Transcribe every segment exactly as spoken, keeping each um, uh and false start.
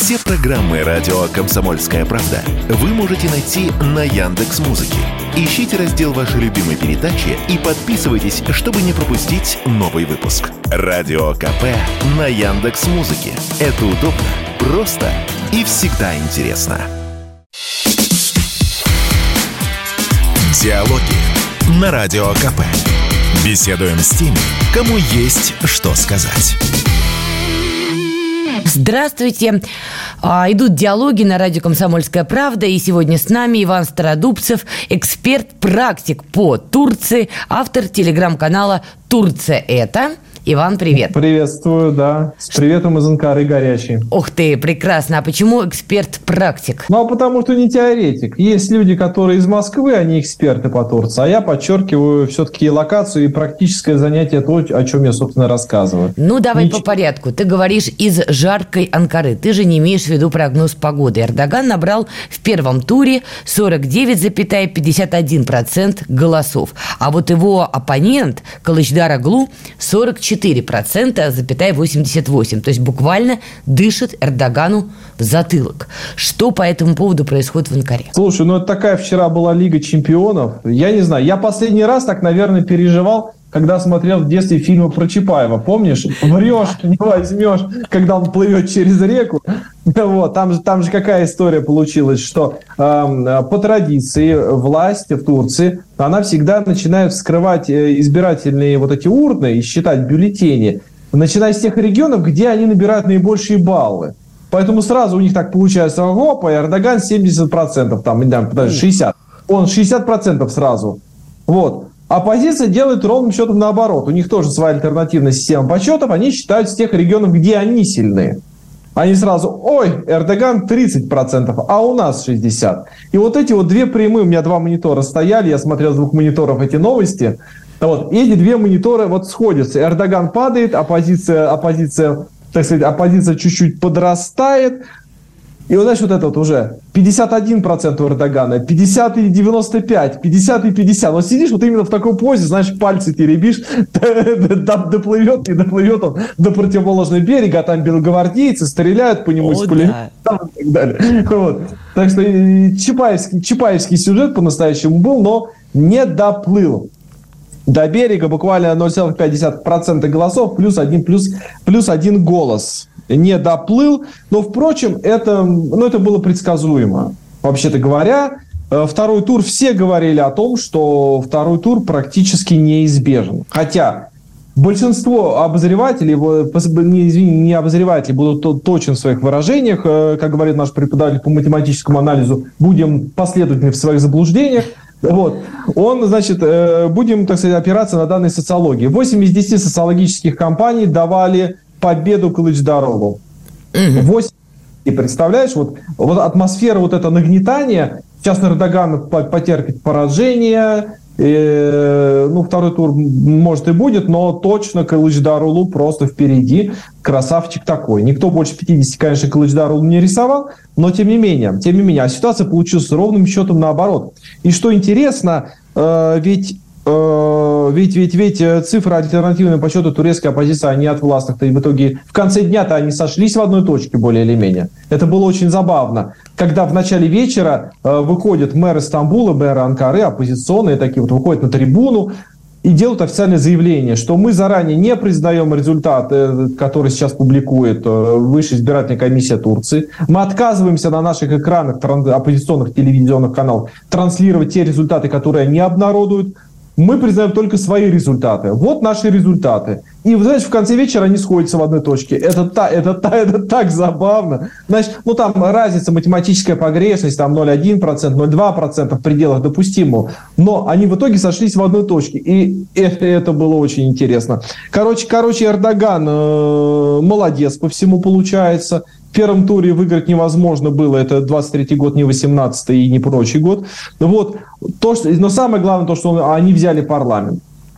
Все программы радио «Комсомольская правда» вы можете найти на Яндекс.Музыке. Ищите раздел вашей любимой передачи и подписывайтесь, чтобы не пропустить новый выпуск. Радио КП на Яндекс.Музыке. Это удобно, просто и всегда интересно. Диалоги на Радио КП. Беседуем с теми, кому есть что сказать. Здравствуйте. А, идут диалоги на радио «Комсомольская правда». И сегодня с нами Иван Стародубцев, эксперт-практик по Турции, автор телеграм-канала «Турция это». Иван, привет. Приветствую, да. С приветом из Анкары горячий. Ух ты, прекрасно. А почему эксперт-практик? Ну, а потому что не теоретик. Есть люди, которые из Москвы, они эксперты по Турции. А я подчеркиваю все-таки локацию и практическое занятие, то, о чем я, собственно, рассказываю. Ну, давай Нич... по порядку. Ты говоришь из жаркой Анкары. Ты же не имеешь в виду прогноз погоды. Эрдоган набрал в первом туре сорок девять целых пятьдесят один сотых процента голосов. А вот его оппонент Кылычдар Оглу сорок четыре процента, восемьдесят восемь. То есть буквально дышит Эрдогану в затылок. Что по этому поводу происходит в Анкаре? Слушай, ну это такая вчера была Лига чемпионов. Я не знаю, я последний раз так, наверное, переживал, когда смотрел в детстве фильмы про Чапаева. Помнишь? Врешь, не возьмешь, когда он плывет через реку. Вот, там же, там же какая история получилась, что э, по традиции власть в Турции, она всегда начинает вскрывать избирательные вот эти урны и считать бюллетени, начиная с тех регионов, где они набирают наибольшие баллы. Поэтому сразу у них так получается, опа, Эрдоган семьдесят процентов, там, даже шестьдесят процентов. Он шестьдесят процентов сразу. Вот. Оппозиция делает ровным счетом наоборот. У них тоже своя альтернативная система подсчетов. Они считают с тех регионов, где они сильные. Они сразу, ой, Эрдоган тридцать процентов, а у нас шестьдесят процентов. И вот эти вот две прямые, у меня два монитора стояли, я смотрел с двух мониторов эти новости. Вот, и эти две монитора вот сходятся. Эрдоган падает, оппозиция, оппозиция, так сказать, оппозиция чуть-чуть подрастает. И вот, знаешь, вот это вот уже пятьдесят один процент у Эрдогана, пятьдесят и девяносто пять, пятьдесят и пятьдят. Вот сидишь вот именно в такой позе, знаешь, пальцы теребишь, доплывет, не доплывет он до противоположного берега, а там белогвардейцы стреляют по нему из пулеметов и так далее. Вот. Так что чапаевский, чапаевский сюжет по-настоящему был, но не доплыл до берега, буквально ноль целых пять десятых процента голосов, плюс один, плюс, плюс один голос. Не доплыл, но, впрочем, это, ну, это было предсказуемо. Вообще-то говоря, второй тур, все говорили о том, что второй тур практически неизбежен. Хотя большинство обозревателей, не, извини, не обозреватели, будут точны в своих выражениях, как говорит наш преподаватель по математическому анализу, будем последовательны в своих заблуждениях. Вот. Он, значит, будем, так сказать, опираться на данные социологии. восемь из десяти социологических компаний давали победу Кылычдарову. восемь. И представляешь, вот, вот атмосфера вот это нагнетания. Сейчас Эрдоган потерпит поражение. И, ну, второй тур, может, и будет, но точно Кылычдарову просто впереди. Красавчик такой. Никто больше пятидесяти, конечно, Кылычдарову не рисовал, но тем не менее, тем не менее. А ситуация получилась ровным счетом наоборот. И что интересно, э, ведь Ведь, ведь, ведь цифры альтернативные по счету турецкой оппозиции, они от властных-то и в итоге в конце дня-то они сошлись в одной точке более или менее. Это было очень забавно. Когда в начале вечера э, выходят мэры Стамбула, мэры Анкары, оппозиционные такие вот, выходят на трибуну и делают официальное заявление, что мы заранее не признаем результат, э, который сейчас публикует э, Высшая избирательная комиссия Турции. Мы отказываемся на наших экранах тран- оппозиционных телевизионных каналов транслировать те результаты, которые они обнародуют. Мы признаем только свои результаты. Вот наши результаты. И, вы знаете, в конце вечера они сходятся в одной точке. Это, та, это, та, это так забавно. Значит, ну там разница, математическая погрешность, там ноль целых один десятых процента, ноль целых два десятых процента в пределах допустимого. Но они в итоге сошлись в одной точке. И это, это было очень интересно. Короче, короче Эрдоган э, молодец по всему получается. В первом туре выиграть невозможно было. Это двадцать третий год, не восемнадцатый и не прочий год. Вот. То, что, но самое главное, то, что он, они взяли парламент.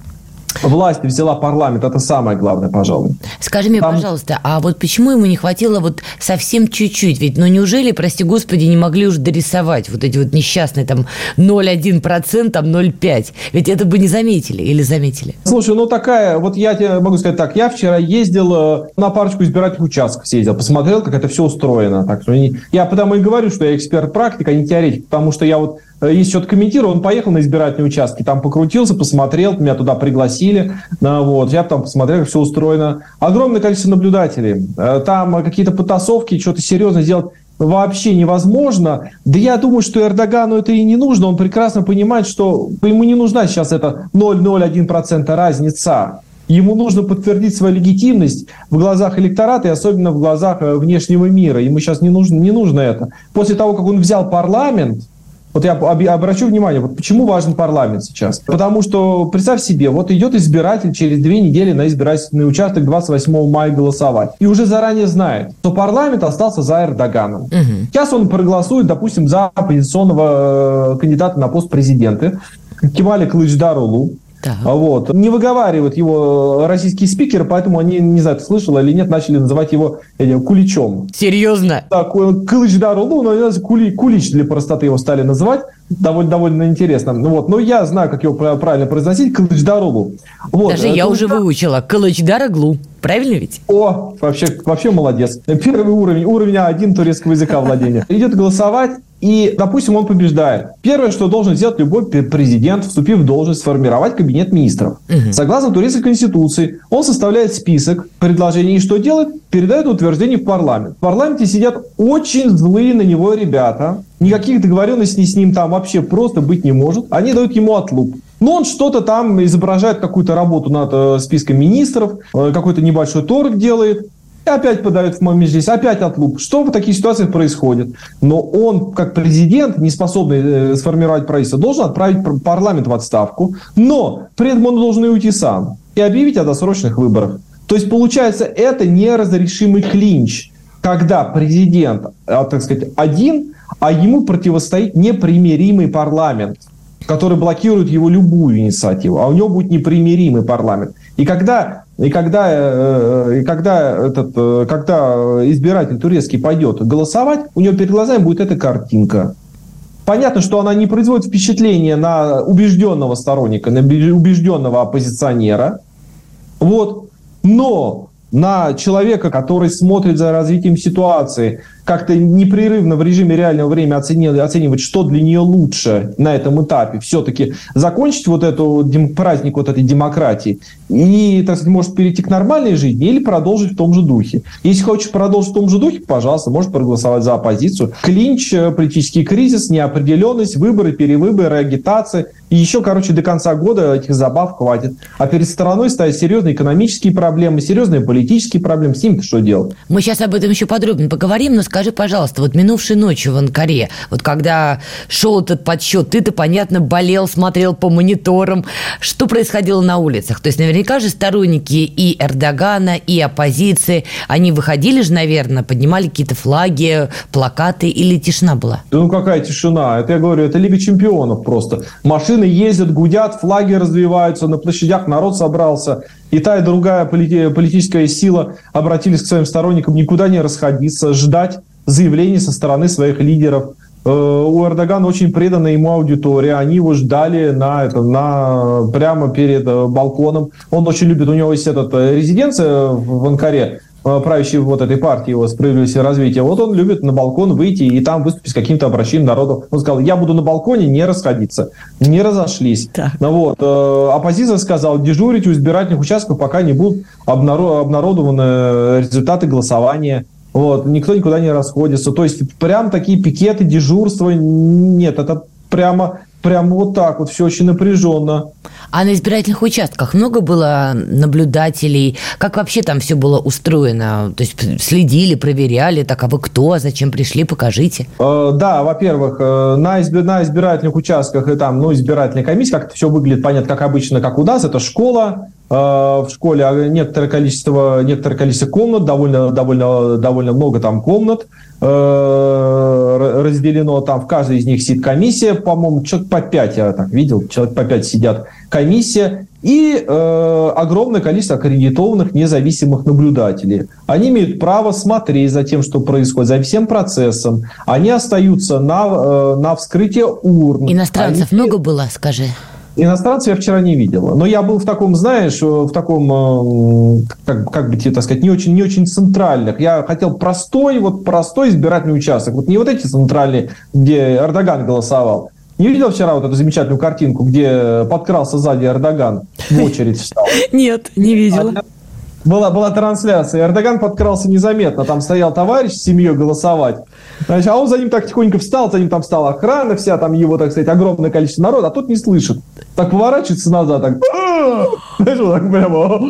власть взяла парламент. Это самое главное, пожалуй. Скажи мне, Там... пожалуйста, а вот почему ему не хватило вот совсем чуть-чуть? Ведь, ну, неужели, прости господи, не могли уж дорисовать вот эти вот несчастные там ноль целых один десятых процента, там ноль целых пять десятых? Ведь это бы не заметили или заметили? Слушай, ну такая, вот я тебе могу сказать так, я вчера ездил на парочку избирательных участков, съездил, посмотрел, как это все устроено. Так что я потому и говорю, что я эксперт-практик, а не теоретик, потому что я вот если что-то комментирую, он поехал на избирательные участки, там покрутился, посмотрел, меня туда пригласили, вот, я там посмотрел, как все устроено. Огромное количество наблюдателей, там какие-то потасовки, что-то серьезно сделать вообще невозможно. Да я думаю, что Эрдогану это и не нужно, он прекрасно понимает, что ему не нужна сейчас эта ноль целых ноль один процента разница. Ему нужно подтвердить свою легитимность в глазах электората и особенно в глазах внешнего мира. Ему сейчас не нужно, не нужно это. После того, как он взял парламент, вот я обращу внимание, вот почему важен парламент сейчас. Потому что, представь себе, вот идет избиратель через две недели на избирательный участок двадцать восьмого мая голосовать. И уже заранее знает, что парламент остался за Эрдоганом. Угу. Сейчас он проголосует, допустим, за оппозиционного кандидата на пост президента Кемаля Кылычдароглу. Да. Вот. Не выговаривают его российские спикеры, поэтому они, не знаю, ты слышала или нет, начали называть его э, Куличом. Серьезно? Да, Кылычдароглу, но Кули, Кулич для простоты его стали называть. Довольно, довольно интересно. Вот. Но я знаю, как его правильно произносить. Кылычдароглу. Вот. Даже я уже выучила. Кылычдароглу. Правильно ведь? О, вообще, вообще молодец. Первый уровень, уровень А один турецкого языка владения. Идет голосовать, и, допустим, он побеждает. Первое, что должен сделать любой президент, вступив в должность, сформировать кабинет министров. Угу. Согласно турецкой конституции, он составляет список предложений, и что делает? Передает утверждение в парламент. В парламенте сидят очень злые на него ребята. Никаких договоренностей с ним там вообще просто быть не может. Они дают ему отлуп. Но он что-то там изображает, какую-то работу над э, списком министров, э, какой-то небольшой торг делает, и опять подает в Маджлис, опять отлуп. Что в таких ситуациях происходит? Но он, как президент, не способный э, сформировать правительство, должен отправить парламент в отставку, но при этом он должен и уйти сам, и объявить о досрочных выборах. То есть, получается, это неразрешимый клинч, когда президент, так сказать, один, а ему противостоит непримиримый парламент, который блокирует его любую инициативу, а у него будет непримиримый парламент. И когда, и когда, и когда, этот, когда избиратель турецкий пойдет голосовать, у него перед глазами будет эта картинка. Понятно, что она не производит впечатления на убежденного сторонника, на убежденного оппозиционера, вот, но на человека, который смотрит за развитием ситуации, как-то непрерывно в режиме реального времени оценивать, оценивать, что для нее лучше на этом этапе, все-таки закончить вот эту праздник вот этой демократии и, так сказать, может перейти к нормальной жизни или продолжить в том же духе. Если хочешь продолжить в том же духе, пожалуйста, можешь проголосовать за оппозицию. Клинч, политический кризис, неопределенность, выборы, перевыборы, агитация. И еще, короче, до конца года этих забав хватит. А перед стороной стоят серьезные экономические проблемы, серьезные политические проблемы. С ними-то что делать? Мы сейчас об этом еще подробно поговорим, но скажи, пожалуйста, вот минувшей ночью в Анкаре, вот когда шел этот подсчет, ты-то, понятно, болел, смотрел по мониторам, что происходило на улицах? То есть наверняка же сторонники и Эрдогана, и оппозиции, они выходили же, наверное, поднимали какие-то флаги, плакаты, или тишина была? Ну какая тишина? Это, я говорю, это Лига чемпионов просто. Машины ездят, гудят, флаги развиваются, на площадях народ собрался. И та, и другая полити- политическая сила обратились к своим сторонникам никуда не расходиться, ждать заявлений со стороны своих лидеров. Э, у Эрдогана очень преданная ему аудитория. Они его ждали на, это, на, прямо перед э, балконом. Он очень любит, у него есть этот, резиденция в, в Анкаре, правящей вот этой партии его «Справедливость и развитие». Вот он любит на балкон выйти и там выступить с каким-то обращением народу. Он сказал: я буду на балконе, не расходиться. Не разошлись. Ну, вот. Оппозиция сказала: дежурить у избирательных участков, пока не будут обнародованы результаты голосования. Вот. Никто никуда не расходится. То есть прям такие пикеты, дежурства нет. Это прямо... Прямо вот так вот, все очень напряженно. А на избирательных участках много было наблюдателей? Как вообще там все было устроено? То есть следили, проверяли, так, а вы кто, зачем пришли, покажите. Э, да, во-первых, э, на, избир... на избирательных участках и там, ну, избирательная комиссия, как это все выглядит, понятно, как обычно, как у нас, это школа. Э, в школе некоторое количество, некоторое количество комнат, довольно, довольно, довольно много там комнат разделено, там в каждой из них сидит комиссия, по-моему, по пять, я так видел, человек по пять сидят, комиссия и э, огромное количество аккредитованных независимых наблюдателей. Они имеют право смотреть за тем, что происходит, за всем процессом. Они остаются на, э, на вскрытие урн. Иностранцев Они... много было, скажи? Иностранцев я вчера не видел. Но я был в таком, знаешь, в таком, как, как бы тебе так сказать, не очень, не очень центральных. Я хотел простой, вот простой избирательный участок. Вот не вот эти центральные, где Эрдоган голосовал. Не видел вчера вот эту замечательную картинку, где подкрался сзади Эрдоган, в очередь встал? Нет, не видела. Была, была трансляция. Эрдоган подкрался незаметно. Там стоял товарищ с семьей голосовать. Значит, а он за ним так тихонько встал. За ним там встала охрана вся. Там его, так сказать, огромное количество народа. А тот не слышит. Так поворачивается назад. Так. Знаешь, вот так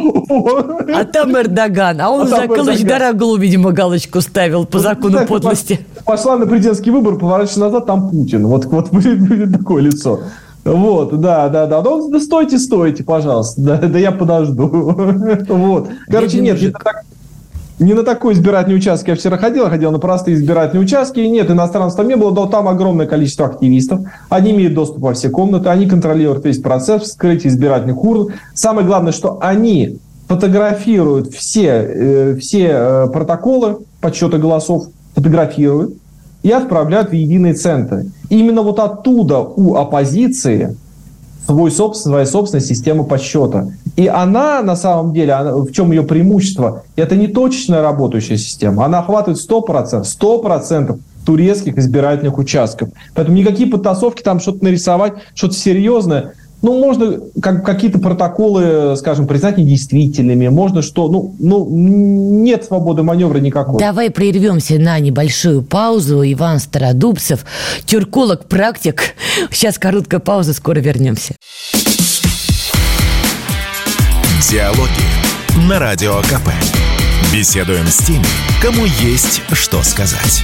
прямо. А там Эрдоган. А он а за Кылычдараглу, видимо, галочку ставил по закону так, подлости. Пошла на президентский выбор, поворачивается назад, там Путин. Вот, вот будет, будет такое лицо. Вот, да, да, да. Ну, да стойте, стойте, пожалуйста. Да, да я подожду. Вот. Короче, нет, не на, так, не на такой избирательный участок я вчера ходил, я ходил на простые избирательные участки. Нет, иностранцев там не было, но там огромное количество активистов. Они имеют доступ во все комнаты, они контролируют весь процесс вскрытия избирательных урн. Самое главное, что они фотографируют все, э, все э, протоколы подсчета голосов, фотографируют и отправляют в единые центры. Именно вот оттуда у оппозиции свой собственная, своя собственная система подсчета. И она, на самом деле, она, в чем ее преимущество? Это не точечная работающая система. Она охватывает сто процентов, сто процентов турецких избирательных участков. Поэтому никакие подтасовки, там что-то нарисовать, что-то серьезное. Ну, можно как, какие-то протоколы, скажем, признать недействительными. Можно что? Ну, ну, нет свободы маневра никакой. Давай прервемся на небольшую паузу. Иван Стародубцев, тюрколог-практик. Сейчас короткая пауза, скоро вернемся. Диалоги на Радио КП. Беседуем с теми, кому есть что сказать.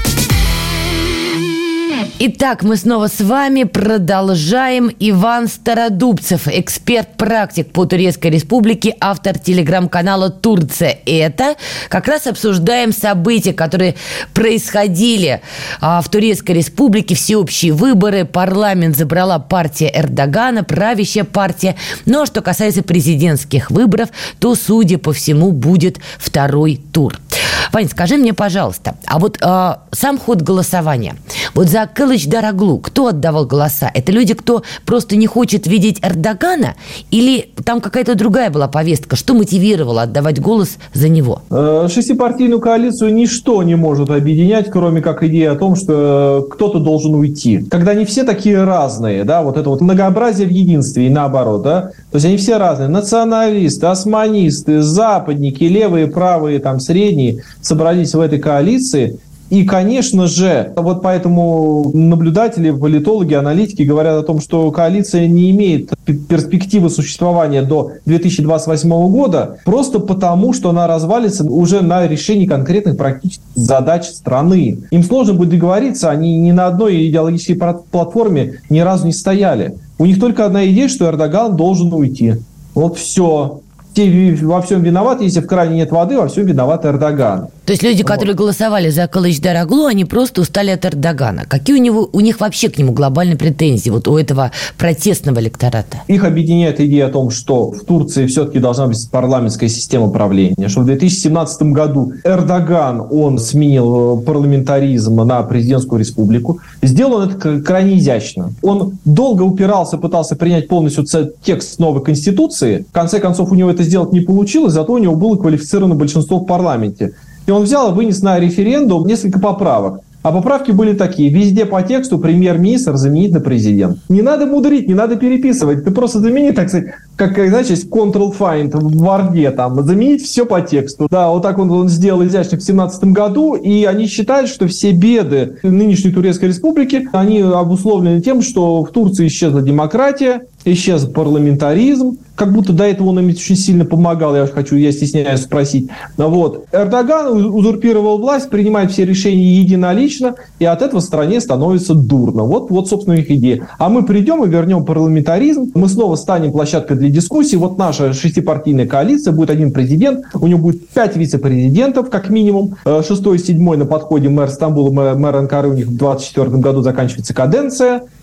Итак, мы снова с вами продолжаем. Иван Стародубцев, эксперт-практик по Турецкой Республике, автор телеграм-канала «Турция». Это как раз обсуждаем события, которые происходили а, в Турецкой Республике, всеобщие выборы, парламент забрала партия Эрдогана, правящая партия. Ну, а что касается президентских выборов, то, судя по всему, будет второй тур. Вань, скажи мне, пожалуйста, а вот э, сам ход голосования, вот за Кылычдараглу кто отдавал голоса? Это люди, кто просто не хочет видеть Эрдогана? Или там какая-то другая была повестка? Что мотивировало отдавать голос за него? Шестипартийную коалицию ничто не может объединять, кроме как идея о том, что кто-то должен уйти. Когда они все такие разные, да, вот это вот многообразие в единстве и наоборот, да, то есть они все разные. Националисты, османисты, западники, левые, правые, там, средние собрались в этой коалиции. И, конечно же, вот поэтому наблюдатели, политологи, аналитики говорят о том, что коалиция не имеет перспективы существования до две тысячи двадцать восьмого года, просто потому, что она развалится уже на решении конкретных практических задач страны. Им сложно будет договориться, они ни на одной идеологической платформе ни разу не стояли. У них только одна идея, что Эрдоган должен уйти. Вот все. Те во всем виноваты, если в кране нет воды, во всем виноват Эрдоган. То есть люди, вот. которые голосовали за Кылычдараглу, они просто устали от Эрдогана. Какие у него, у них вообще к нему глобальные претензии, вот у этого протестного электората? Их объединяет идея о том, что в Турции все-таки должна быть парламентская система правления, что в две тысячи семнадцатом году Эрдоган, он сменил парламентаризм на президентскую республику. Сделал он это крайне изящно. Он долго упирался, пытался принять полностью текст новой конституции. В конце концов, у него это сделать не получилось, зато у него было квалифицированное большинство в парламенте. И он взял и вынес на референдум несколько поправок. А поправки были такие. Везде по тексту премьер-министр заменить на президент. Не надо мудрить, не надо переписывать. Ты просто замени, так сказать, как, знаешь, есть контрол-файнд в Word, там, заменить все по тексту. Да, вот так он, он сделал изящно в семнадцатом году, и они считают, что все беды нынешней Турецкой Республики, они обусловлены тем, что в Турции исчезла демократия, исчез парламентаризм, как будто до этого он им очень сильно помогал, я хочу, я стесняюсь спросить. Вот. Эрдоган узурпировал власть, принимает все решения единолично, и от этого стране становится дурно. Вот, вот, собственно, их идея. А мы придем и вернем парламентаризм, мы снова станем площадкой для дискуссий. Вот наша шестипартийная коалиция, будет один президент, у него будет пять вице-президентов, как минимум. Шестой и седьмой на подходе, мэр Стамбула, мэр, мэр Анкары, у них в двадцать четвёртом году заканчивается каденция.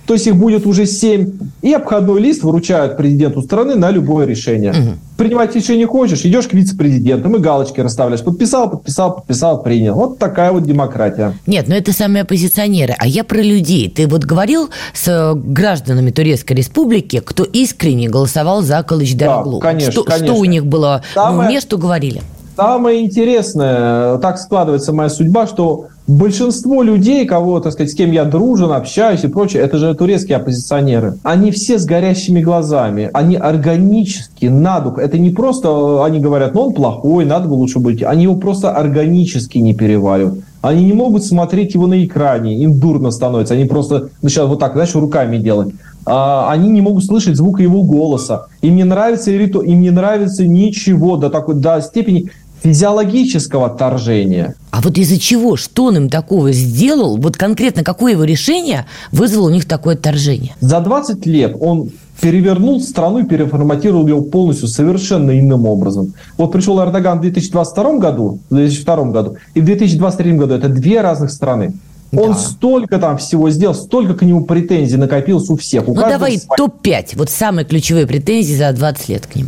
то есть их будет уже семь, и обходной лист вручают президенту страны на любое решение. Угу. Принимать решение хочешь, идешь к вице-президентам и галочки расставляешь. Подписал, подписал, подписал, принял. Вот такая вот демократия. Нет, ну это самые оппозиционеры. А я про людей. Ты вот говорил с гражданами Турецкой Республики, кто искренне голосовал за Кылычдароглу. Да, конечно, что, конечно. Что у них было Самое... на уме, что говорили? Самое интересное, так складывается моя судьба, что большинство людей, кого, так сказать, с кем я дружен, общаюсь и прочее, это же турецкие оппозиционеры. Они все с горящими глазами, они органически, на дух. Это не просто они говорят, ну он плохой, надо бы лучше быть. Они его просто органически не переваривают. Они не могут смотреть его на экране, им дурно становится. Они просто начинают вот так, знаешь, руками делать. А, они не могут слышать звука его голоса. Им не нравится риту, им не нравится ничего до такой, до степени физиологического отторжения. А вот из-за чего? Что он им такого сделал? Вот конкретно какое его решение вызвало у них такое отторжение? За двадцать лет он перевернул страну и переформатировал ее полностью совершенно иным образом. Вот пришел Эрдоган в две тысячи двадцать втором году, в две тысячи втором году и в две тысячи двадцать третьем году. Это две разных страны. Он да. столько там всего сделал, столько к нему претензий накопилось у всех. У ну давай свой... топ пять. Вот самые ключевые претензии за двадцать лет к нему.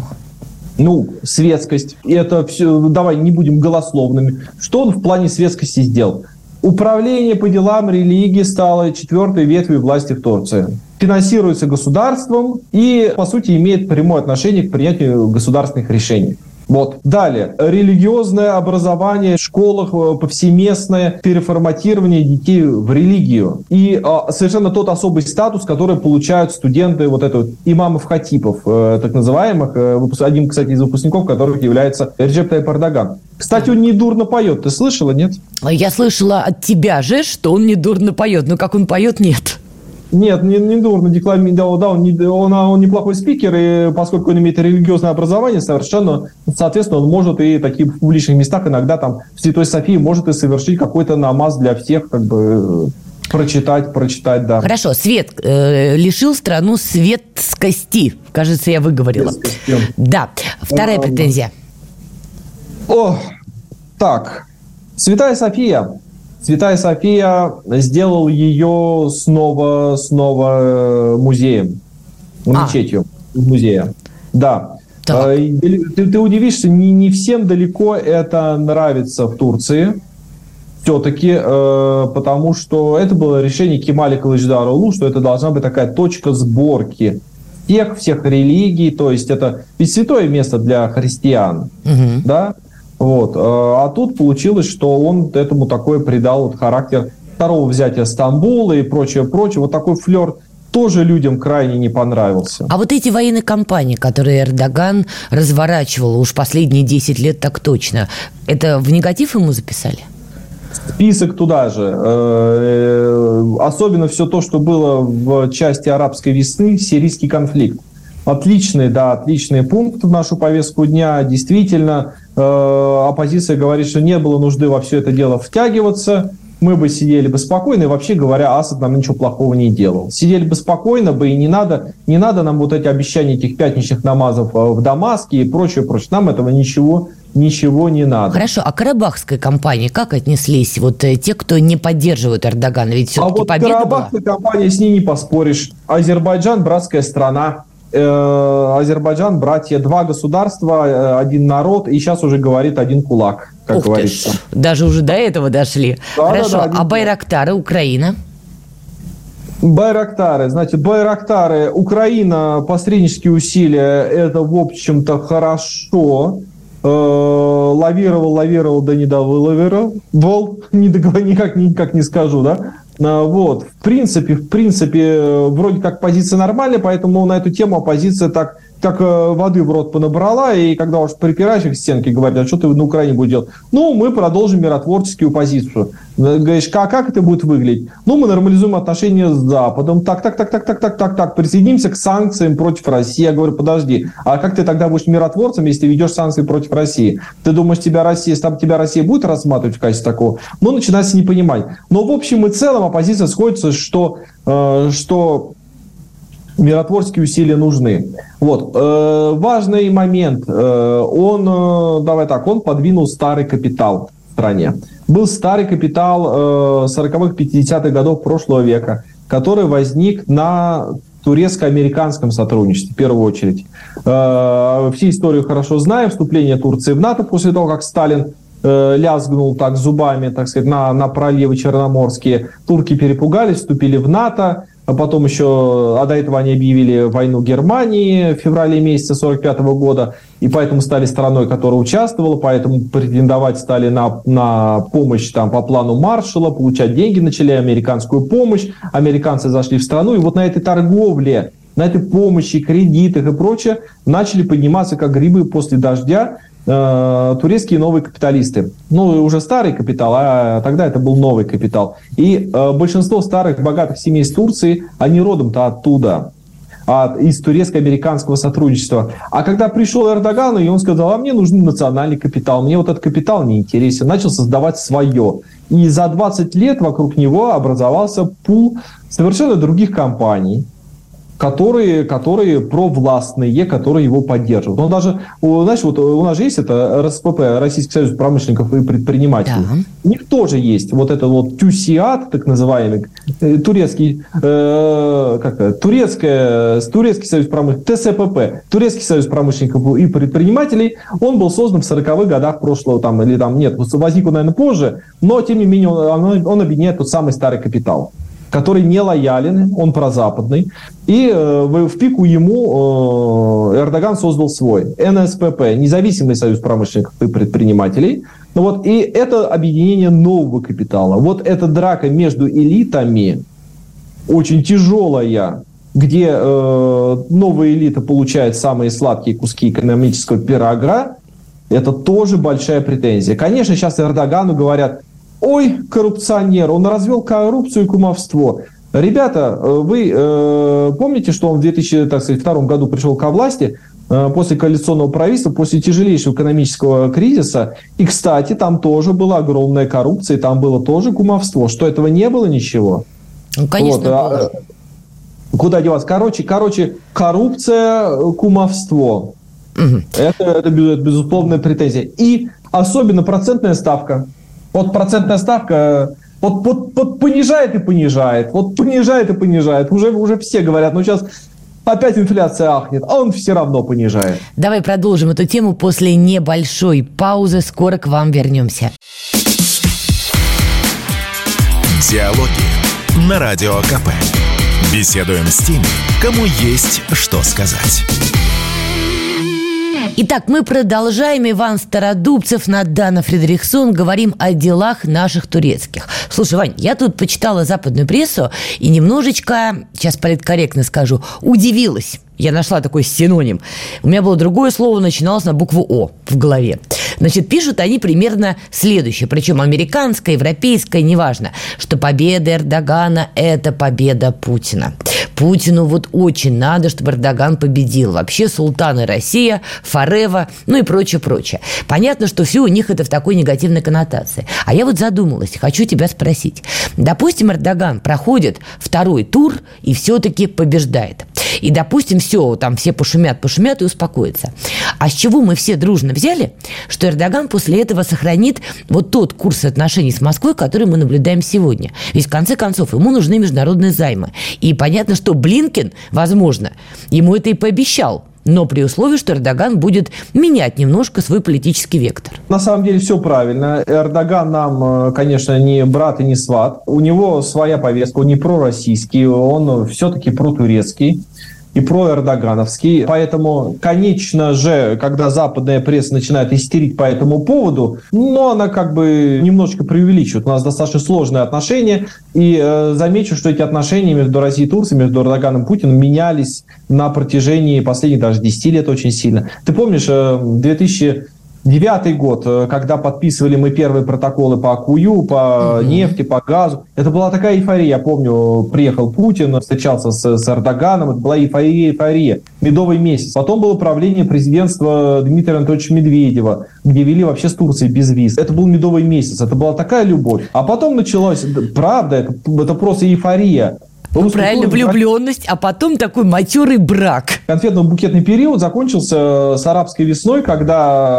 Ну, светскость. И это все, давай не будем голословными. Что он в плане светскости сделал? Управление по делам религии стало четвертой ветвью власти в Турции. Финансируется государством и, по сути, имеет прямое отношение к принятию государственных решений. Вот. Далее. Религиозное образование в школах, повсеместное переформатирование детей в религию. И а, совершенно тот особый статус, который получают студенты вот этого имамов-хатипов, э, так называемых. Э, один, кстати, из выпускников, которых является Реджеп Тайип Эрдоган. Кстати, он недурно поет. Ты слышала, нет? Я слышала от тебя же, что он недурно поет. Но как он поет, нет. Нет, не, не дурно декламировал, да, он, не, он, он неплохой спикер, и поскольку он имеет религиозное образование, совершенно, соответственно, он может и такие в публичных местах иногда там в Святой Софии может и совершить какой-то намаз для всех, как бы прочитать, прочитать, да. Хорошо, Свет э, лишил страну светскости, кажется, я выговорила. Светскости. Да, вторая а, претензия. О, так, Святая София. Святая София сделал ее снова, снова музеем, мечетью а. музея. Да. Так. Ты, ты удивишься, не, не всем далеко это нравится в Турции. Все-таки, э, потому что это было решение Кемаля Кылычдароглу, что это должна быть такая точка сборки всех, всех религий. То есть это ведь святое место для христиан. Угу. Да? Вот. А тут получилось, что он этому такой придал вот характер второго взятия Стамбула и прочее, прочее. Вот такой флёр тоже людям крайне не понравился. А вот эти военные кампании, которые Эрдоган разворачивал уж последние десять лет так точно, это в негатив ему записали? Список туда же. Особенно все то, что было в части арабской весны, сирийский конфликт. Отличный, да, отличный пункт в нашу повестку дня. Действительно, э, оппозиция говорит, что не было нужды во все это дело втягиваться. Мы бы сидели бы спокойно, и вообще говоря, Асад нам ничего плохого не делал. Сидели бы спокойно бы, и не надо, не надо нам вот эти обещания этих пятничных намазов в Дамаске и прочее, прочее. Нам этого ничего, ничего не надо. Хорошо, а карабахской кампании как отнеслись вот э, те, кто не поддерживают Эрдогана? Ведь все-таки а вот победа карабахская была. кампания, с ней не поспоришь. Азербайджан – братская страна. Азербайджан, братья, два государства, один народ, и сейчас уже говорит один кулак, как Ух говорится. Ты ж, даже уже до этого дошли. Да, хорошо, да, да, а Байрактары, Украина? Байрактары, значит, Байрактары, Украина, посреднические усилия, это, в общем-то, хорошо. Лавировал, лавировал, да не довылавировал. Не договор, никак, никак не скажу, да? Вот, в принципе, в принципе, вроде как позиция нормальная, поэтому на эту тему оппозиция так, так воды в рот понабрала, и когда уж припираешь их к стенке, говорят, а что ты на Украине будешь делать? Ну, мы продолжим миротворческую позицию. Говоришь, а как это будет выглядеть? Ну, мы нормализуем отношения с Западом. Так, так, так, так, так, так, так, так. Присоединимся к санкциям против России. Я говорю, подожди, а как ты тогда будешь миротворцем, если ты ведешь санкции против России? Ты думаешь, тебя Россия, там тебя Россия будет рассматривать в качестве такого? Ну, начинается непонимание. Но в общем и целом оппозиция сходится, что, э, что миротворческие усилия нужны. Вот. Э, важный момент. Э, он, э, давай так, он подвинул старый капитал в стране. Был старый капитал э, сороковых-пятидесятых годов прошлого века. который возник на турецко-американском сотрудничестве, в первую очередь. Все историю хорошо знаем. Вступление Турции в НАТО после того, как Сталин лязгнул так зубами, так сказать, на, на проливы Черноморские. Турки перепугались, вступили в НАТО. А потом еще, а до этого они объявили войну Германии в феврале месяце сорок пятого года, и поэтому стали страной, которая участвовала, поэтому претендовать стали на, на помощь там, по плану Маршалла, получать деньги начали, американскую помощь, американцы зашли в страну, и вот на этой торговле, на этой помощи, кредитах и прочее начали подниматься как грибы после дождя э, турецкие новые капиталисты. Ну, уже старый капитал, а тогда это был новый капитал. И э, большинство старых богатых семей Турции, они родом-то оттуда, от, из турецко-американского сотрудничества. А когда пришел Эрдоган, и он сказал, а мне нужен национальный капитал, мне вот этот капитал не интересен, начал создавать свое. И за двадцать лет вокруг него образовался пул совершенно других компаний, которые, которые провластные, которые его поддерживают. Он даже, знаешь, вот у нас же есть это эр эс пэ пэ, Российский союз промышленников и предпринимателей. Да. У них тоже есть вот этот вот ТЮСИАД, так называемый, турецкий, э, как это, турецкая, турецкий союз промышленников, тэ эс пэ пэ, Турецкий союз промышленников и предпринимателей. Он был создан в сороковых годах прошлого, там, или там, нет, возник он, наверное, позже, но, тем не менее, он, он объединяет тот самый старый капитал, который не лоялен, он прозападный. И э, в пику ему э, Эрдоган создал свой эн эс пэ пэ, Независимый союз промышленников и предпринимателей. Ну, вот, и это объединение нового капитала. Вот эта драка между элитами очень тяжелая, где э, новая элита получает самые сладкие куски экономического пирога. Это тоже большая претензия. Конечно, сейчас Эрдогану говорят, ой, коррупционер, он развел коррупцию и кумовство. Ребята, вы э, помните, что он в две тысячи втором году пришел ко власти э, после коалиционного правительства, после тяжелейшего экономического кризиса. И, кстати, там тоже была огромная коррупция, и там было тоже кумовство. Что, этого не было ничего? Ну, конечно, вот, было. А, куда деваться? Короче, короче, коррупция, кумовство. Угу. Это, это, безусловная претензия. И особенно процентная ставка. Вот процентная ставка вот, вот, вот понижает и понижает, вот понижает и понижает. Уже, уже все говорят, ну сейчас опять инфляция ахнет, а он все равно понижает. Давай продолжим эту тему после небольшой паузы. Скоро к вам вернемся. Диалоги на Радио ка пэ. Беседуем с теми, кому есть что сказать. Итак, мы продолжаем. Иван Стародубцев, Надана Фридрихсон. Говорим о делах наших турецких. Слушай, Вань, я тут почитала западную прессу и немножечко, сейчас политкорректно скажу, удивилась. Я нашла такой синоним. У меня было другое слово, начиналось на букву О в голове. Значит, пишут они примерно следующее, причем американское, европейское, неважно, что победа Эрдогана – это победа Путина. Путину вот очень надо, чтобы Эрдоган победил. Вообще султан и Россия, forever, ну и прочее, прочее. Понятно, что все у них это в такой негативной коннотации. А я вот задумалась, хочу тебя спросить. Допустим, Эрдоган проходит второй тур и все-таки побеждает. И, допустим, все, там все пошумят, пошумят и успокоятся. А с чего мы все дружно взяли, что Эрдоган после этого сохранит вот тот курс отношений с Москвой, который мы наблюдаем сегодня? Ведь, в конце концов, ему нужны международные займы. И понятно, что Блинкен, возможно, ему это и пообещал. Но при условии, что Эрдоган будет менять немножко свой политический вектор. На самом деле все правильно. Эрдоган нам, конечно, не брат и не сват. У него своя повестка, он не пророссийский, он все-таки протурецкий и проэрдогановский. Поэтому, конечно же, когда западная пресса начинает истерить по этому поводу, но она как бы немножечко преувеличивает. У нас достаточно сложные отношения. И э, замечу, что эти отношения между Россией и Турцией, между Эрдоганом и Путиным менялись на протяжении последних даже десяти лет очень сильно. Ты помнишь, э, две тысячи девятый год, когда подписывали мы первые протоколы по АКУЮ, по mm-hmm. нефти, по газу. Это была такая эйфория. Я помню, приехал Путин, встречался с, с Эрдоганом. Это была эйфория, эйфория. Медовый месяц. Потом было правление президентства Дмитрия Анатольевича Медведева, где вели вообще с Турцией без виз. Это был медовый месяц. Это была такая любовь. А потом началось, правда, это, это просто эйфория. Ну, правильно, влюбленность, а потом такой матерый брак. Конфетно-букетный период закончился с арабской весной, когда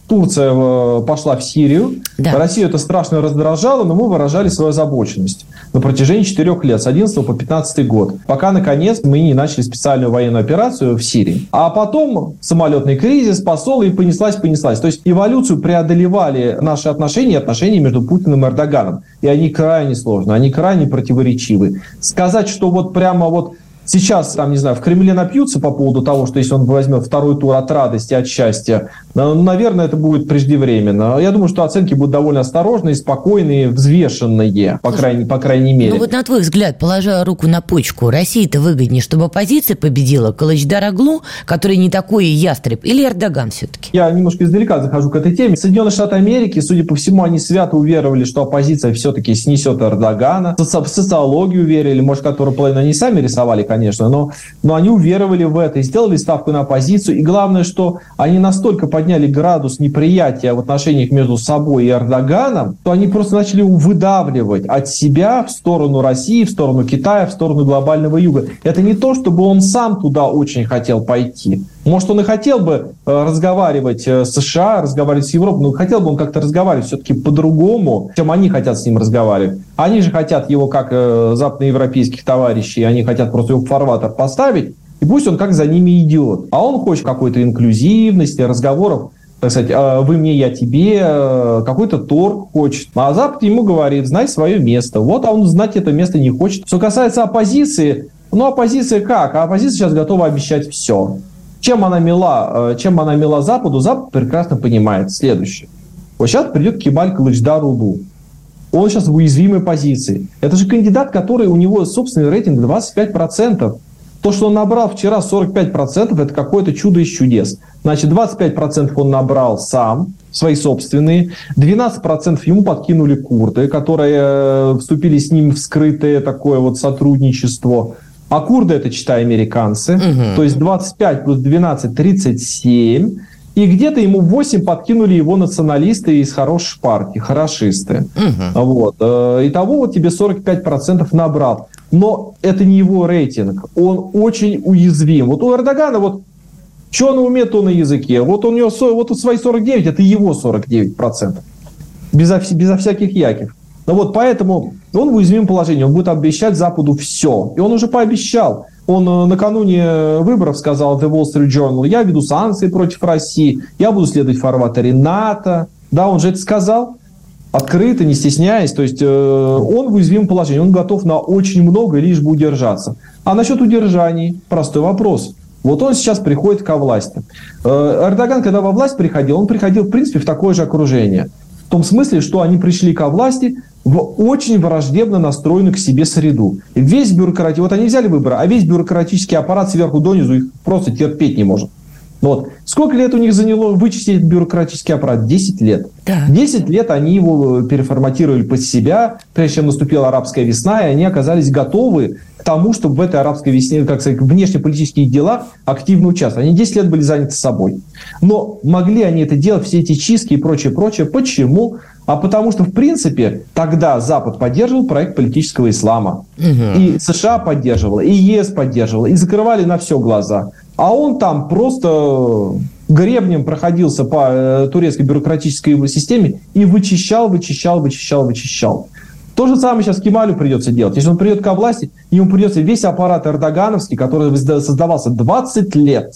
Турция пошла в Сирию. Да. Россию это страшно раздражало, но мы выражали свою озабоченность на протяжении четырех лет, с одиннадцатого по пятнадцатый год, пока, наконец, мы не начали специальную военную операцию в Сирии. А потом самолетный кризис, посол, и понеслась-понеслась. То есть эволюцию преодолевали наши отношения, отношения между Путиным и Эрдоганом. И они крайне сложны, они крайне противоречивы. Сказать, что вот прямо вот сейчас, там, не знаю, в Кремле напьются по поводу того, что если он возьмет второй тур от радости, от счастья, наверное, это будет преждевременно. Я думаю, что оценки будут довольно осторожные, спокойные, взвешенные, по крайней, по крайней мере. Ну вот на твой взгляд, положа руку на почку, России-то выгоднее, чтобы оппозиция победила, Кылычдар-Оглу, который не такой ястреб, или Эрдоган все-таки? Я немножко издалека захожу к этой теме. Соединенные Штаты Америки, судя по всему, они свято уверовали, что оппозиция все-таки снесет Эрдогана. В социологию верили, может, которую половину они сами рисовали, конечно, но, но они уверовали в это и сделали ставку на оппозицию. И главное, что они настолько подняли градус неприятия в отношениях между собой и Эрдоганом, что они просто начали выдавливать от себя в сторону России, в сторону Китая, в сторону глобального юга. Это не то, чтобы он сам туда очень хотел пойти. Может, он и хотел бы разговаривать с США, разговаривать с Европой, но хотел бы он как-то разговаривать все-таки по-другому, чем они хотят с ним разговаривать. Они же хотят его как западноевропейских товарищей, они хотят просто его в фарватер поставить, и пусть он как за ними идет. А он хочет какой-то инклюзивности, разговоров, так сказать, вы мне, я тебе, какой-то торг хочет. А Запад ему говорит, знай свое место. Вот, а он знать это место не хочет. Что касается оппозиции, ну, оппозиция как? А оппозиция сейчас готова обещать все. Чем она мила, чем она мила Западу, Запад прекрасно понимает следующее. Вот сейчас придет Кемаль Кылычдар-Оглу. Он сейчас в уязвимой позиции. Это же кандидат, который у него собственный рейтинг двадцать пять процентов. То, что он набрал вчера сорок пять процентов, это какое-то чудо из чудес. Значит, двадцать пять процентов он набрал сам, свои собственные. двенадцать процентов ему подкинули курды, которые вступили с ним в скрытое такое вот сотрудничество. А курды это, читай, американцы. Угу. То есть двадцать пять плюс двенадцать – тридцать семь. И где-то ему восемь подкинули его националисты из хорошей партии, хорошисты. Угу. Вот. Итого вот тебе сорок пять процентов набрал. Но это не его рейтинг. Он очень уязвим. Вот у Эрдогана, вот что он умеет, то на языке. Вот у него вот свои сорок девять, это его сорок девять процентов. Безо, безо всяких яков. Ну вот поэтому он в уязвимом положении. Он будет обещать Западу все. И он уже пообещал. Он накануне выборов сказал The Wall Street Journal, я веду санкции против России, я буду следовать в фарватере НАТО. Да, он же это сказал открыто, не стесняясь. То есть э, он в уязвимом положении. Он готов на очень много, лишь бы удержаться. А насчет удержаний простой вопрос. Вот он сейчас приходит ко власти. Э, Эрдоган, когда во власть приходил, он приходил, в принципе, в такое же окружение. В том смысле, что они пришли ко власти в очень враждебно настроенную к себе среду. И весь бюрократический... Вот они взяли выборы, а весь бюрократический аппарат сверху донизу их просто терпеть не может. Вот. Сколько лет у них заняло вычистить бюрократический аппарат? десять лет. Да. десять лет они его переформатировали под себя, прежде чем наступила арабская весна, и они оказались готовы к тому, чтобы в этой арабской весне, как сказать, в внешнеполитических делах активно участвовать. Они десять лет были заняты собой. Но могли они это делать, все эти чистки и прочее, прочее. Почему? А потому что, в принципе, тогда Запад поддерживал проект политического ислама. Угу. И США поддерживала, и ЕС поддерживала, и закрывали на все глаза. А он там просто гребнем проходился по турецкой бюрократической системе и вычищал, вычищал, вычищал, вычищал. То же самое сейчас Кемалю придется делать. Если он придет ко власти, ему придется весь аппарат эрдогановский, который создавался двадцать лет,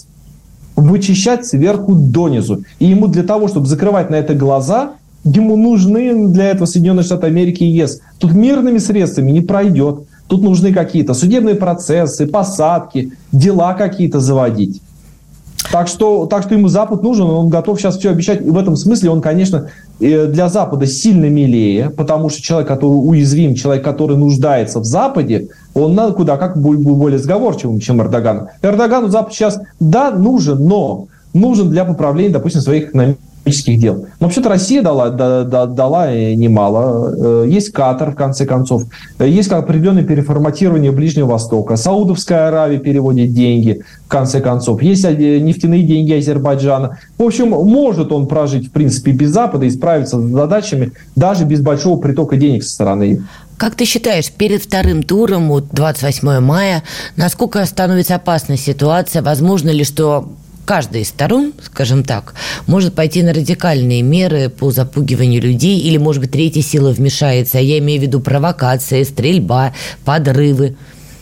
вычищать сверху донизу. И ему для того, чтобы закрывать на это глаза, ему нужны для этого Соединенные Штаты Америки и ЕС. Тут мирными средствами не пройдет. Тут нужны какие-то судебные процессы, посадки, дела какие-то заводить. Так что, так что ему Запад нужен, он готов сейчас все обещать. И в этом смысле он, конечно, для Запада сильно милее, потому что человек, который уязвим, человек, который нуждается в Западе, он куда как более сговорчивым, чем Эрдоган. Эрдогану Запад сейчас, да, нужен, но нужен для поправления, допустим, своих экономических дел. Но вообще-то Россия дала, да, да, дала немало. Есть Катар, в конце концов. Есть определенное переформатирование Ближнего Востока. Саудовская Аравия переводит деньги, в конце концов. Есть нефтяные деньги Азербайджана. В общем, может он прожить, в принципе, без Запада и справиться с задачами даже без большого притока денег со стороны. Как ты считаешь, перед вторым туром, вот двадцать восьмого мая, насколько становится опасной ситуация? Возможно ли, что каждая из сторон, скажем так, может пойти на радикальные меры по запугиванию людей, или, может быть, третья сила вмешается, я имею в виду провокация, стрельба, подрывы.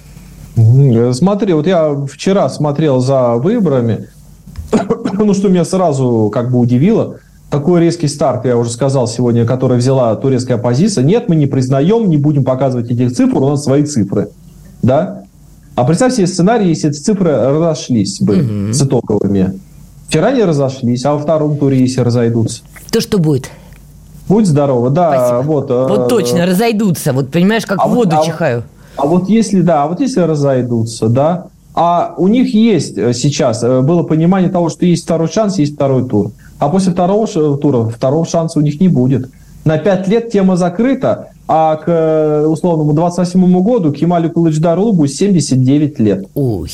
Смотри, вот я вчера смотрел за выборами, ну, что меня сразу как бы удивило, такой резкий старт, я уже сказал сегодня, который взяла турецкая оппозиция. Нет, мы не признаем, не будем показывать этих цифр, у нас свои цифры. Да? А представь себе сценарий, если эти цифры разошлись бы mm-hmm. с итоговыми. Вчера не разошлись, а во втором туре, если разойдутся. То, что будет. Будь здорова, да. Вот, вот точно, разойдутся. Вот понимаешь, как а в воду вот, чихаю. А, а вот если, да, а вот если разойдутся, да, а у них есть сейчас, было понимание того, что есть второй шанс, есть второй тур. А после второго тура, второго шанса у них не будет. На пять лет тема закрыта, а к условному двадцать восьмому году Кемалю Кылычдароглу будет семьдесят девять лет. Ой.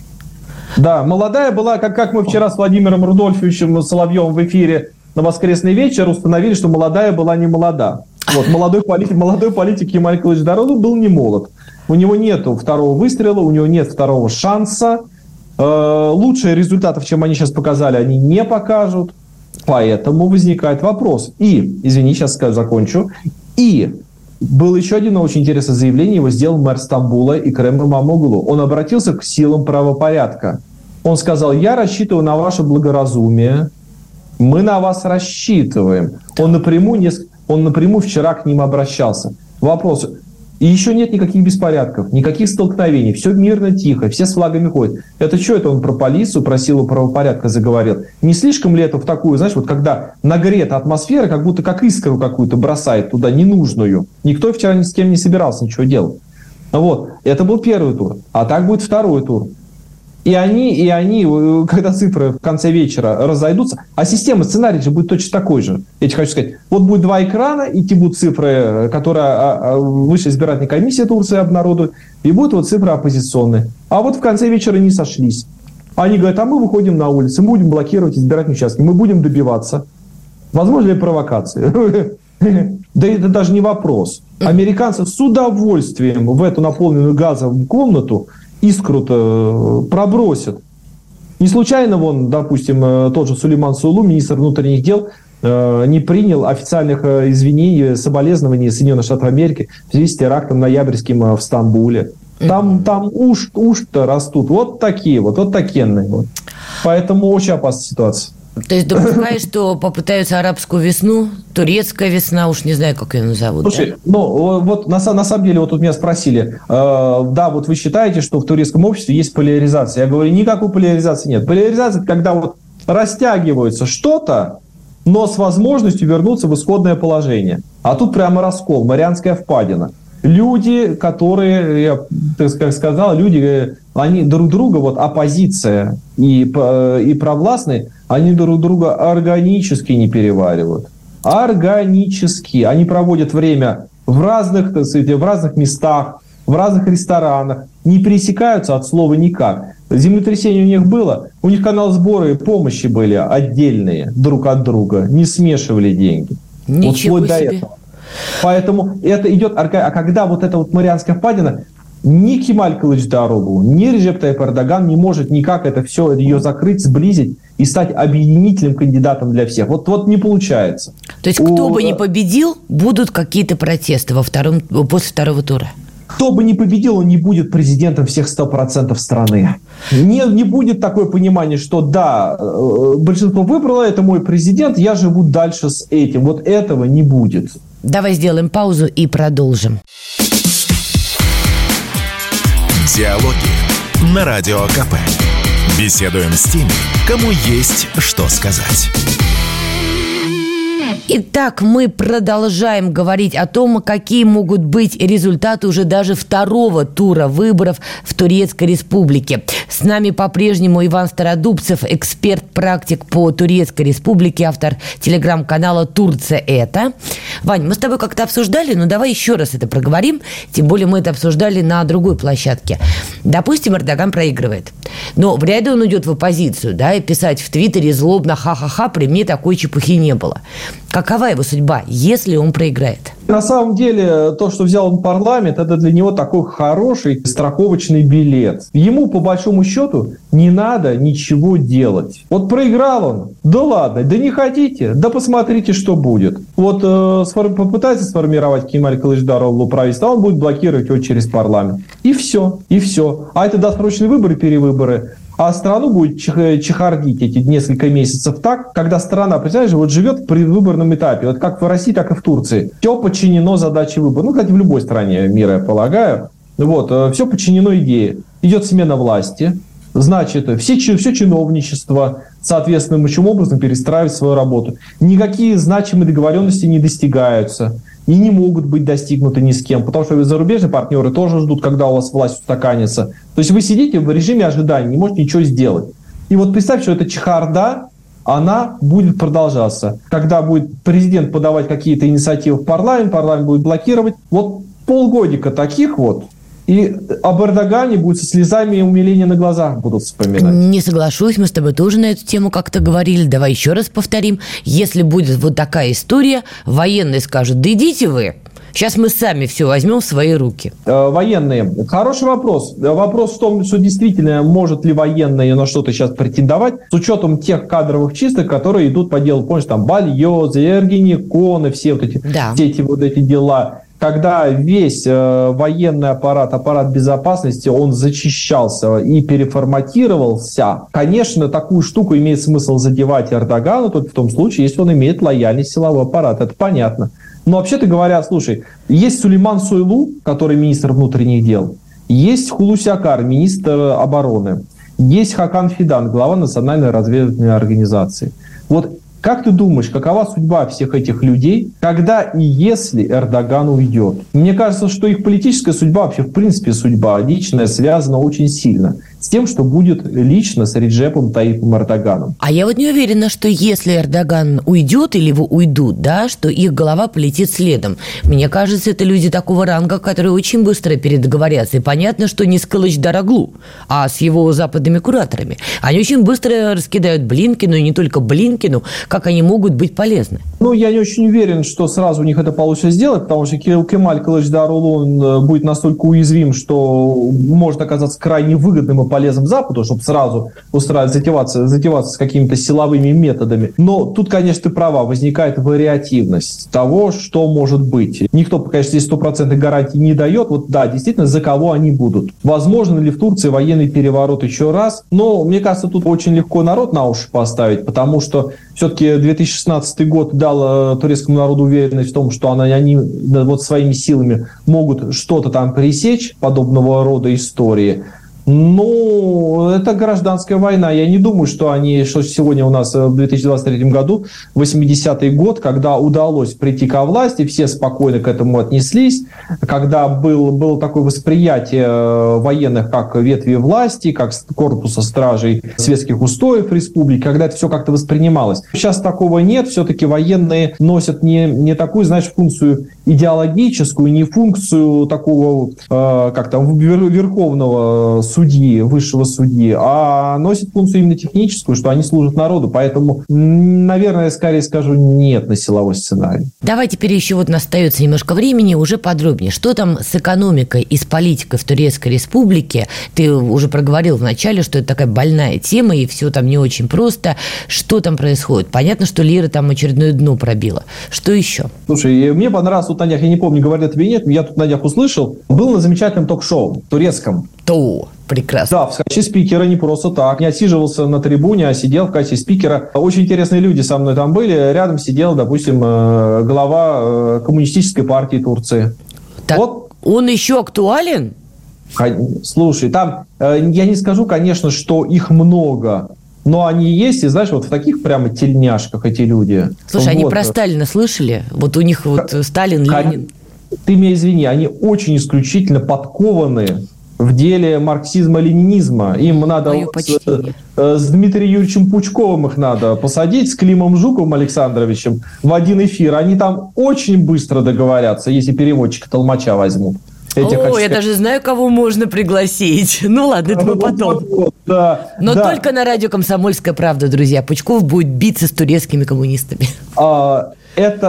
Да, молодая была, как, как мы вчера с Владимиром Рудольфовичем Соловьевым в эфире на воскресный вечер установили, что молодая была не молода. Вот, молодой политик, молодой политик Кемаль Кылычдароглу был не молод. У него нет второго выстрела, у него нет второго шанса. Э, лучшие результатов, чем они сейчас показали, они не покажут. Поэтому возникает вопрос. И, извини, сейчас скажу, закончу. И был еще один очень интересное заявление. Его сделал мэр Стамбула Икрем Имамоглу. Он обратился к силам правопорядка. Он сказал: я рассчитываю на ваше благоразумие. Мы на вас рассчитываем. Он напрямую, он напрямую вчера к ним обращался. Вопрос. И еще нет никаких беспорядков, никаких столкновений. Все мирно, тихо, все с флагами ходят. Это что это он про полицию, про силу правопорядка заговорил? Не слишком ли это в такую, знаешь, вот когда нагрета атмосфера, как будто как искру какую-то бросает туда, ненужную. Никто вчера ни с кем не собирался ничего делать. Вот. Это был первый тур. А так будет второй тур. И они, и они, когда цифры в конце вечера разойдутся, а система, сценарий же будет точно такой же. Я тебе хочу сказать, вот будет два экрана, идти будут цифры, которые Высшая избирательная комиссия Турции обнародует, и будут вот цифры оппозиционные. А вот в конце вечера не сошлись. Они говорят: а мы выходим на улицы, мы будем блокировать избирательные участки, мы будем добиваться. Возможно ли провокации? Да это даже не вопрос. Американцы с удовольствием в эту наполненную газом комнату искру-то пробросят. Не случайно, вон, допустим, тот же Сулейман Сойлу, министр внутренних дел, не принял официальных извинений, соболезнований Соединенных Штатов Америки в связи с терактом ноябрьским в Стамбуле. Там, там уж, уж-то растут вот такие вот, вот такенные. Вот. Поэтому очень опасная ситуация. То есть допускаешь, что попытаются арабскую весну, турецкая весна, уж не знаю, как ее назовут. Слушай, да? ну вот на, на самом деле, вот тут меня спросили, э, да, вот вы считаете, что в турецком обществе есть поляризация? Я говорю, никакой поляризации нет. Поляризация – это когда вот растягивается что-то, но с возможностью вернуться в исходное положение. А тут прямо раскол, Марианская впадина. Люди, которые, я так сказал, люди, они друг друга, вот оппозиция и, и провластные, они друг друга органически не переваривают. Органически. Они проводят время в разных, так сказать, в разных местах, в разных ресторанах, не пересекаются от слова никак. Землетрясение у них было, у них канал сбора и помощи были отдельные друг от друга, не смешивали деньги. Ничего вот вплоть себе. До этого. Поэтому это идет, а когда вот эта вот Марианская впадина, ни Кемаль Кылычдароглу, ни Реджеп Тайип Эрдоган не может никак это все, ее закрыть, сблизить и стать объединительным кандидатом для всех. Вот, вот не получается. То есть кто У... бы ни победил, будут какие-то протесты во втором, после второго тура? Кто бы ни победил, он не будет президентом всех сто процентов страны. Не, не будет такое понимание, что да, большинство выбрало, это мой президент, я живу дальше с этим. Вот этого не будет. Давай сделаем паузу и продолжим. Диалоги на Радио КП. Беседуем с теми, кому есть что сказать. Итак, мы продолжаем говорить о том, какие могут быть результаты уже даже второго тура выборов в Турецкой Республике. С нами по-прежнему Иван Стародубцев, эксперт-практик по Турецкой Республике, автор телеграм-канала «Турция это». Вань, мы с тобой как-то обсуждали, но давай еще раз это проговорим. Тем более мы это обсуждали на другой площадке. Допустим, Эрдоган проигрывает. Но вряд ли он уйдет в оппозицию, да, и писать в Твиттере злобно «ха-ха-ха, при мне такой чепухи не было». Какова его судьба, если он проиграет? На самом деле, то, что взял он парламент, это для него такой хороший страховочный билет. Ему, по большому счету, не надо ничего делать. Вот проиграл он, да ладно, да не хотите, да посмотрите, что будет. Вот э, сфор- попытается сформировать Кемаль Кылычдароглу правительство, а он будет блокировать его через парламент. И все, и все. А это досрочные выборы, перевыборы. А страну будет чехардить эти несколько месяцев так, когда страна, представляешь, вот живет в предвыборном этапе. Вот как в России, так и в Турции. Все подчинено задаче выбора. Ну, кстати, в любой стране мира, я полагаю. Вот, все подчинено идее. Идет смена власти. Значит, все, все чиновничество соответственным образом перестраивает свою работу. Никакие значимые договоренности не достигаются. И не могут быть достигнуты ни с кем, потому что зарубежные партнеры тоже ждут, когда у вас власть устаканится. То есть вы сидите в режиме ожидания, не можете ничего сделать. И вот представьте, что эта чехарда, она будет продолжаться. Когда будет президент подавать какие-то инициативы в парламент, парламент будет блокировать. Вот полгодика таких вот, и об Эрдогане будет со слезами и умиления на глазах будут вспоминать. Не соглашусь, мы с тобой тоже на эту тему как-то говорили. Давай еще раз повторим. Если будет вот такая история, военные скажут, да идите вы, сейчас мы сами все возьмем в свои руки. Э, военные. Хороший вопрос. Вопрос в том, что действительно может ли военные на что-то сейчас претендовать с учетом тех кадровых чисток, которые идут по делу. Помнишь, там Бальёзы, Эргенеконы, все вот эти, да. все эти вот эти дела. Когда весь э, военный аппарат, аппарат безопасности, он зачищался и переформатировался, конечно, такую штуку имеет смысл задевать Эрдогану, только в том случае, если он имеет лояльный силовой аппарат. Это понятно. Но вообще-то говоря, слушай, есть Сулейман Сойлу, который министр внутренних дел, есть Хулуси Акар, министр обороны, есть Хакан Фидан, глава Национальной разведывательной организации. Вот как ты думаешь, какова судьба всех этих людей, когда и если Эрдоган уйдет? Мне кажется, что их политическая судьба, вообще в принципе судьба личная, связана очень сильно с тем, что будет лично с Реджепом Таyyипом Эрдоганом. А я вот не уверена, что если Эрдоган уйдет или его уйдут, да, что их голова полетит следом. Мне кажется, это люди такого ранга, которые очень быстро передоговорятся. И понятно, что не с Кылычдароглу, а с его западными кураторами. Они очень быстро раскидают Блинкину, и не только Блинкину, как они могут быть полезны. Ну, я не очень уверен, что сразу у них это получится сделать, потому что Кемаль Кылычдароглу будет настолько уязвим, что может оказаться крайне выгодным и полезным Западу, чтобы сразу устраивать, затеваться, затеваться с какими-то силовыми методами. Но тут, конечно, ты права, возникает вариативность того, что может быть. Никто, конечно, здесь стопроцентной гарантии не дает. Вот да, действительно, за кого они будут. Возможно ли в Турции военный переворот еще раз? Но, мне кажется, тут очень легко народ на уши поставить, потому что все-таки две тысячи шестнадцатый год дал э, турецкому народу уверенность в том, что они, они да, вот своими силами могут что-то там пресечь, подобного рода истории. Ну, это гражданская война. Я не думаю, что они, что сегодня у нас в две тысячи двадцать третьем году, восьмидесятый год, когда удалось прийти ко власти, все спокойно к этому отнеслись, когда был, было такое восприятие военных как ветви власти, как корпуса стражей светских устоев республики, когда это все как-то воспринималось. Сейчас такого нет. Все-таки военные носят не, не такую, знаешь, функцию идеологическую, не функцию такого, э, как там, верховного судьи, высшего судьи, а носит функцию именно техническую, что они служат народу. Поэтому, наверное, я скорее скажу нет на силовой сценарий. Давай теперь еще вот остается немножко времени, уже подробнее. Что там с экономикой и с политикой в Турецкой Республике? Ты уже проговорил в начале, что это такая больная тема, и все там не очень просто. Что там происходит? Понятно, что лира там очередное дно пробила. Что еще? Слушай, мне понравилось тут на днях, я не помню, говорят тебе нет, я тут на днях услышал, был на замечательном ток-шоу турецком. То, прекрасно. Да, в качестве спикера не просто так. Не отсиживался на трибуне, а сидел в качестве спикера. Очень интересные люди со мной там были. Рядом сидел, допустим, глава коммунистической партии Турции. Так вот. Он еще актуален? Слушай, там, я не скажу, конечно, что их много, но они есть, и знаешь, вот в таких прямо тельняшках эти люди. Слушай, вот. Они про Сталина слышали? Вот у них вот Сталин, Ленин. Ты меня извини, они очень исключительно подкованы в деле марксизма-ленинизма. Им надо с, с Дмитрием Юрьевичем Пучковым их надо посадить, с Климом Жуковым Александровичем в один эфир. Они там очень быстро договорятся, если переводчика-толмача возьмут. О, хочу... я даже знаю, кого можно пригласить. Ну ладно, это мы потом. Да, Но да. только на радио «Комсомольская правда», друзья. Пучков будет биться с турецкими коммунистами. А, это...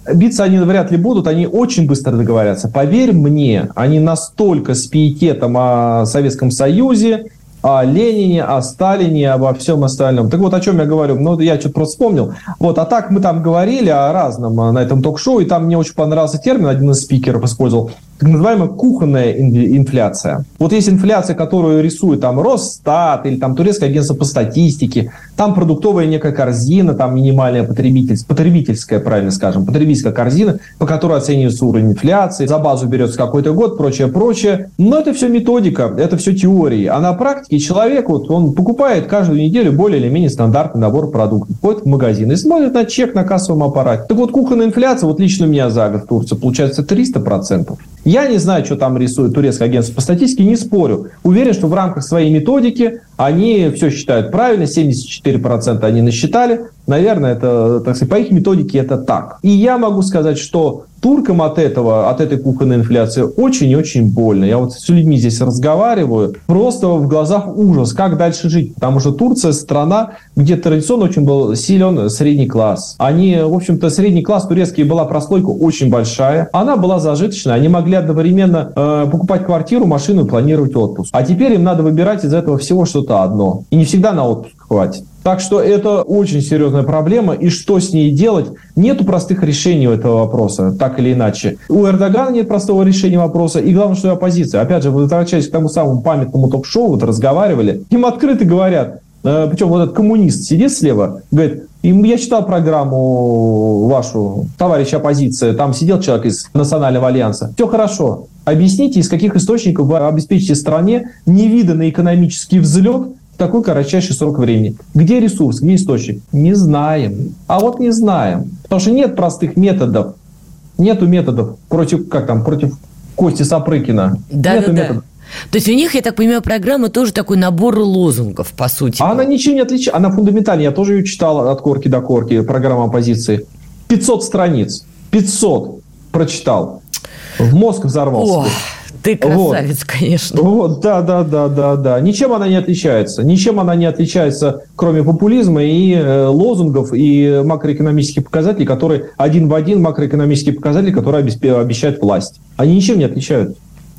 биться они вряд ли будут, они очень быстро договорятся. Поверь мне, они настолько с пиететом о Советском Союзе, о Ленине, о Сталине, обо всем остальном. Так вот, о чем я говорю? Ну, я что-то просто вспомнил. Вот, а так мы там говорили о разном на этом ток-шоу, и там мне очень понравился термин, один из спикеров использовал, так называемая кухонная инфляция. Вот есть инфляция, которую рисует там Росстат или там Турецкое агентство по статистике, там продуктовая некая корзина, там минимальная потребительская, потребительская, правильно скажем, потребительская корзина, по которой оценивается уровень инфляции, за базу берется какой-то год, прочее, прочее. Но это все методика, это все теории. А на практике человек, вот, он покупает каждую неделю более или менее стандартный набор продуктов, ходит в магазин и смотрит на чек на кассовом аппарате. Так вот, кухонная инфляция, вот лично у меня за год в Турции получается триста процентов. Я не знаю, что там рисует Турецкое агентство по статистике, не спорю. Уверен, что в рамках своей методики они все считают правильно, семьдесят четыре процента они насчитали. Наверное, это, так сказать, по их методике это так. И я могу сказать, что туркам от этого, от этой кухонной инфляции очень и очень больно. Я вот с людьми здесь разговариваю, просто в глазах ужас, как дальше жить. Потому что Турция страна, где традиционно очень был силен средний класс. Они, в общем-то, средний класс турецкий, была прослойка очень большая. Она была зажиточная. Они могли одновременно э, покупать квартиру, машину и планировать отпуск. А теперь им надо выбирать из этого всего что-то одно. И не всегда на отпуск хватит. Так что это очень серьезная проблема, и что с ней делать? Нету простых решений у этого вопроса, так или иначе. У Эрдогана нет простого решения вопроса, и главное, что и оппозиция. Опять же, возвращаясь к тому самому памятному ток-шоу, вот разговаривали, им открыто говорят, э, причем вот этот коммунист сидит слева, говорит, я читал программу вашу, товарищ оппозиция, там сидел человек из Национального альянса. Все хорошо. Объясните, из каких источников вы обеспечите стране невиданный экономический взлет в такой кратчайший срок времени. Где ресурс, где источник? Не знаем. А вот не знаем. Потому что нет простых методов. Нету методов против, как там, против Кости Сапрыкина. Да, Нету да, методов. Да. То есть у них, я так понимаю, программа тоже такой набор лозунгов, по сути. А она ничем не отличается. Она фундаментальная. Я тоже ее читал от корки до корки, программа оппозиции. пятьсот страниц. пятьсот прочитал. В мозг взорвался. О, ты красавец, вот. Конечно. Вот, да, да, да, да, да. Ничем она не отличается. Ничем она не отличается, кроме популизма и э, лозунгов, и макроэкономических показателей, которые один в один макроэкономические показатели, которые обещает власть. Они ничем не отличаются.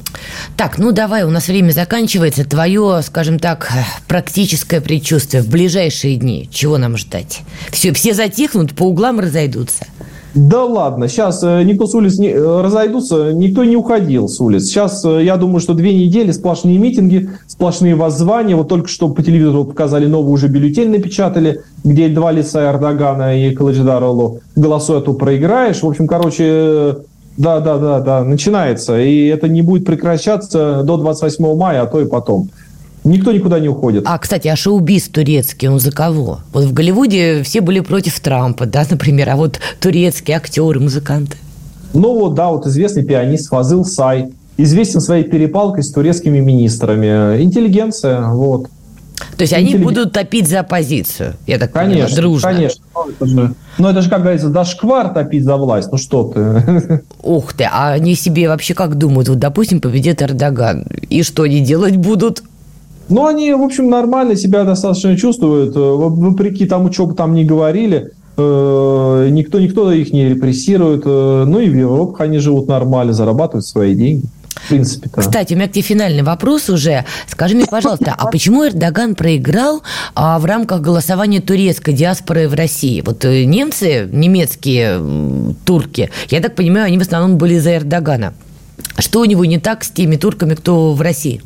Так, ну давай, у нас время заканчивается. Твое, скажем так, практическое предчувствие в ближайшие дни. Чего нам ждать? Все, все затихнут, по углам разойдутся. Да ладно, сейчас никто с улиц не разойдутся, никто не уходил с улиц. Сейчас, я думаю, что две недели сплошные митинги, сплошные воззвания. Вот только что по телевизору показали новый уже бюллетень, напечатали, где два лица Эрдогана и Кылычдароглу. Голосуй, а то проиграешь. В общем, короче, да-да-да, начинается. И это не будет прекращаться до двадцать восьмого мая, а то и потом. Никто никуда не уходит. А, кстати, а шоу-биз турецкий, он за кого? Вот в Голливуде все были против Трампа, да, например, а вот турецкие актеры, музыканты. Ну вот, да, вот известный пианист Фазыл Сай, известен своей перепалкой с турецкими министрами. Интеллигенция, вот. То есть они будут топить за оппозицию, я так понимаю, дружно. Конечно, конечно. Но это же, как говорится, дошквар топить за власть, ну что ты. Ух ты, а они себе вообще как думают? Вот, допустим, победит Эрдоган, и что они делать будут? Ну, они, в общем, нормально себя достаточно чувствуют. Вопреки тому, что бы там ни говорили, никто, никто их не репрессирует. Ну, и в Европе они живут нормально, зарабатывают свои деньги. В принципе-то. Кстати, у меня к тебе финальный вопрос уже. Скажи мне, пожалуйста, а почему Эрдоган проиграл а, в рамках голосования турецкой диаспоры в России? Вот немцы, немецкие турки, я так понимаю, они в основном были за Эрдогана. Что у него не так с теми турками, кто в России?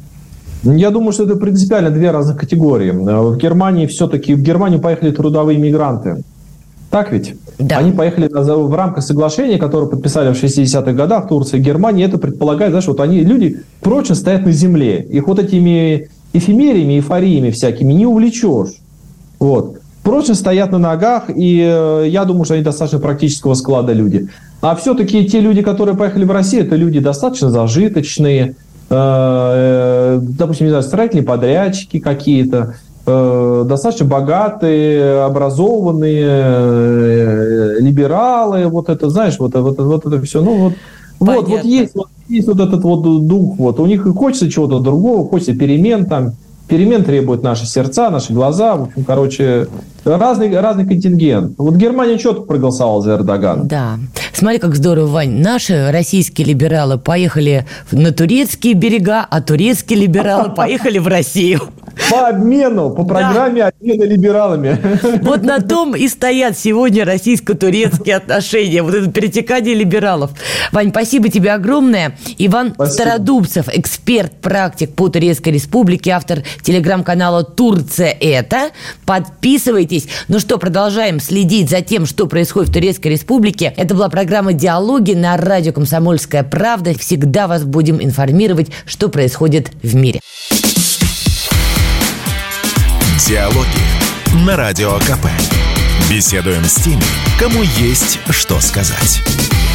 Я думаю, что это принципиально две разных категории. В Германии все-таки, в Германию поехали трудовые мигранты. Так ведь? Да. Они поехали в рамках соглашения, которое подписали в шестидесятых годах в Турции и Германии. Это предполагает, знаешь, вот они, люди прочно стоят на земле. Их вот этими эфемериями, эйфориями всякими не увлечешь. Вот. Прочно стоят на ногах, и я думаю, что они достаточно практического склада люди. А все-таки те люди, которые поехали в Россию, это люди достаточно зажиточные, допустим, не знаю, строительные подрядчики какие-то, достаточно богатые, образованные, либералы, вот это, знаешь, вот, вот, вот это все. Ну, вот, вот, вот, есть, вот есть вот этот вот дух, вот, у них и хочется чего-то другого, хочется перемен там, Перемен требуют наши сердца, наши глаза. В общем, короче, разный, разный контингент. Вот Германия четко проголосовала за Эрдогана. Да. Смотри, как здорово, Вань. Наши российские либералы поехали на турецкие берега, а турецкие либералы поехали в Россию. По обмену, по программе да. обмена либералами. Вот на том и стоят сегодня российско-турецкие отношения. Вот это перетекание либералов. Вань, спасибо тебе огромное. Иван спасибо. Стародубцев, эксперт, практик по Турецкой Республике, автор телеграм-канала «Турция это». Подписывайтесь. Ну что, продолжаем следить за тем, что происходит в Турецкой Республике. Это была программа «Диалоги» на радио «Комсомольская правда». Всегда вас будем информировать, что происходит в мире. Диалоги на Радио КП. Беседуем с теми, кому есть что сказать.